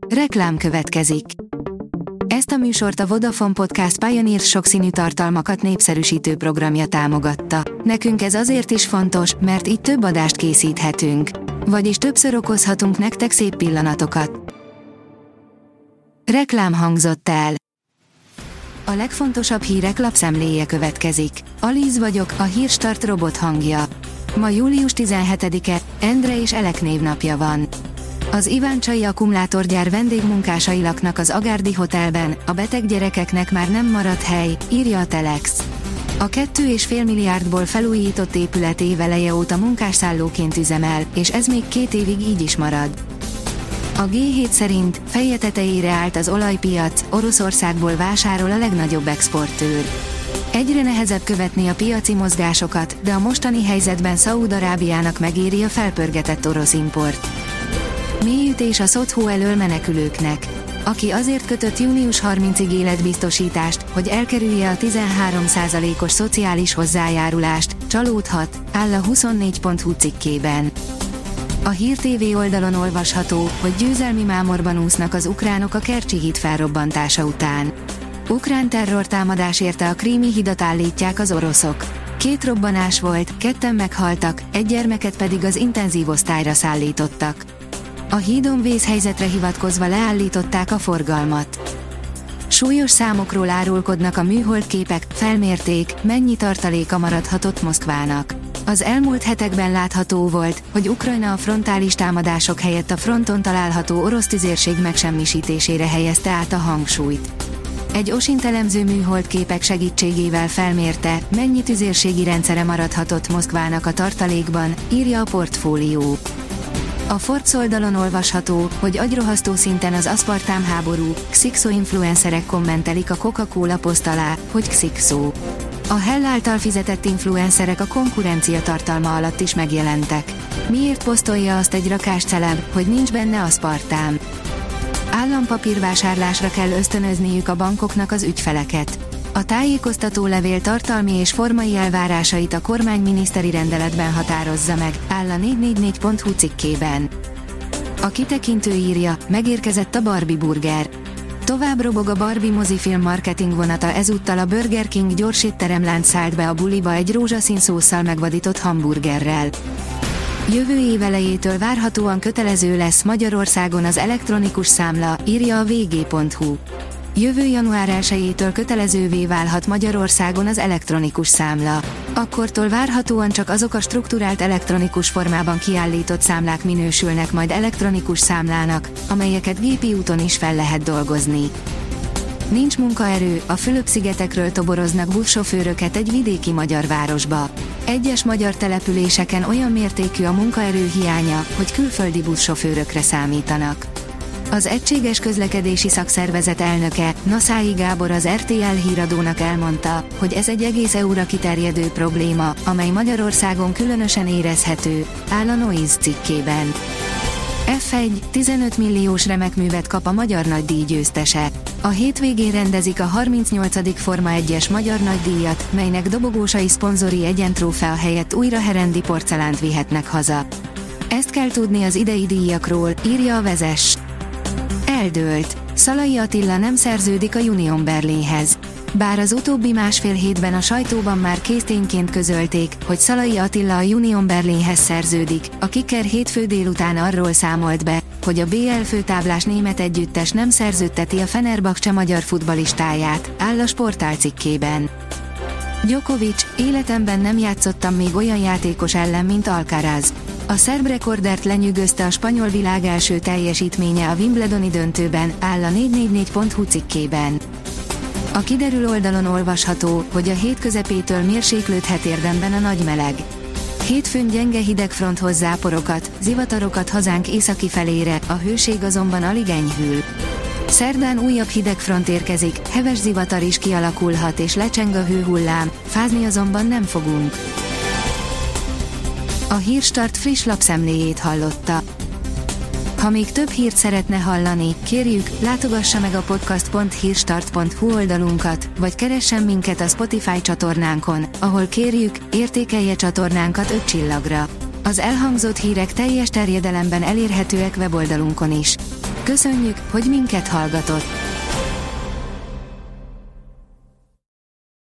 Reklám következik. Ezt a műsort a Vodafone Podcast Pioneer sokszínű tartalmakat népszerűsítő programja támogatta. Nekünk ez azért is fontos, mert így több adást készíthetünk. Vagyis többször okozhatunk nektek szép pillanatokat. Reklám hangzott el. A legfontosabb hírek lapszemléje következik. Alíz vagyok, a Hírstart robot hangja. Ma július 17-e, Endre és Elek névnapja van. Az iváncsai akkumulátorgyár vendégmunkásai laknak az Agárdi Hotelben, a beteg gyerekeknek már nem maradt hely, írja a Telex. A 2,5 milliárdból felújított épület éveleje óta munkásszállóként üzemel, és ez még 2 évig így is marad. A G7 szerint feje tetejére állt az olajpiac, Oroszországból vásárol a legnagyobb exportőr. Egyre nehezebb követni a piaci mozgásokat, de a mostani helyzetben Szaúd-Arábiának megéri a felpörgetett orosz import. Mélyütés a Szotthó elől menekülőknek. Aki azért kötött június 30-ig életbiztosítást, hogy elkerülje a 13%-os szociális hozzájárulást, csalódhat, áll a 24.hu cikkében. A Hír TV oldalon olvasható, hogy győzelmi mámorban úsznak az ukránok a Kercsi híd felrobbantása után. Ukrán terrortámadás érte a krími hidat, állítják az oroszok. 2 robbanás volt, 2-en meghaltak, egy gyermeket pedig az intenzív osztályra szállítottak. A hídon vészhelyzetre hivatkozva leállították a forgalmat. Súlyos számokról árulkodnak a műholdképek, felmérték, mennyi tartaléka maradhatott Moszkvának. Az elmúlt hetekben látható volt, hogy Ukrajna a frontális támadások helyett a fronton található orosz tüzérség megsemmisítésére helyezte át a hangsúlyt. Egy OSINT elemző műholdképek segítségével felmérte, mennyi tüzérségi rendszere maradhatott Moszkvának a tartalékban, írja a Portfólió. A Forbes oldalon olvasható, hogy agyrohasztó szinten az aszpartám háború, Xixo-influencerek kommentelik a Coca-Cola poszt alá, hogy Xixo. A Hell által fizetett influencerek a konkurencia tartalma alatt is megjelentek. Miért posztolja azt egy rakás celeb, hogy nincs benne aszpartám? Állampapírvásárlásra kell ösztönözniük a bankoknak az ügyfeleket. A tájékoztató levél tartalmi és formai elvárásait a kormány miniszteri rendeletben határozza meg, áll a 444.hu cikkében. A kitekintő írja, megérkezett a Barbie burger. Tovább robog a Barbie mozifilm marketing vonata, ezúttal a Burger King gyorsétteremlánc szállt be a buliba egy rózsaszín szósszal megvadított hamburgerrel. Jövő év elejétől várhatóan kötelező lesz Magyarországon az elektronikus számla, írja a vg.hu. Jövő január 1-től kötelezővé válhat Magyarországon az elektronikus számla. Akkortól várhatóan csak azok a strukturált elektronikus formában kiállított számlák minősülnek majd elektronikus számlának, amelyeket gépi úton is fel lehet dolgozni. Nincs munkaerő, a Fülöp-szigetekről toboroznak buszsofőröket egy vidéki magyar városba. Egyes magyar településeken olyan mértékű a munkaerő hiánya, hogy külföldi buszsofőrökre számítanak. Az Egységes Közlekedési Szakszervezet elnöke, Naszályi Gábor az RTL híradónak elmondta, hogy ez egy egész EU-ra kiterjedő probléma, amely Magyarországon különösen érezhető, áll a Noise cikkében. F1, 15 milliós remekművet kap a magyar nagydíj győztese. A hétvégén rendezik a 38. Forma 1-es magyar nagydíjat, melynek dobogósai szponzori egyentrófea helyett újra herendi porcelánt vihetnek haza. Ezt kell tudni az idei díjakról, írja a Vezess. Eldőlt. Szalai Attila nem szerződik a Union Berlinhez. Bár az utóbbi másfél hétben a sajtóban már késztényként közölték, hogy Szalai Attila a Union Berlinhez szerződik, a Kicker hétfő délután arról számolt be, hogy a BL főtáblás német együttes nem szerződteti a Fenerbahce magyar futballistáját, áll a Sportál cikkében. Djokovic, életemben nem játszottam még olyan játékos ellen, mint Alcaraz. A szerb rekordert lenyűgözte a spanyol világ első teljesítménye a Wimbledoni döntőben, áll a 444.hu cikkében. A kiderül oldalon olvasható, hogy a hét közepétől mérséklődhet érdemben a nagy meleg. Hétfőn gyenge hidegfronthoz záporokat, zivatarokat hazánk északi felére, a hőség azonban alig enyhül. Szerdán újabb hidegfront érkezik, heves zivatar is kialakulhat és lecseng a hőhullám, fázni azonban nem fogunk. A Hírstart friss lapszemléjét hallotta. Ha még több hírt szeretne hallani, kérjük, látogassa meg a podcast.hírstart.hu oldalunkat, vagy keressen minket a Spotify csatornánkon, ahol kérjük, értékelje csatornánkat 5 csillagra. Az elhangzott hírek teljes terjedelemben elérhetőek weboldalunkon is. Köszönjük, hogy minket hallgatott!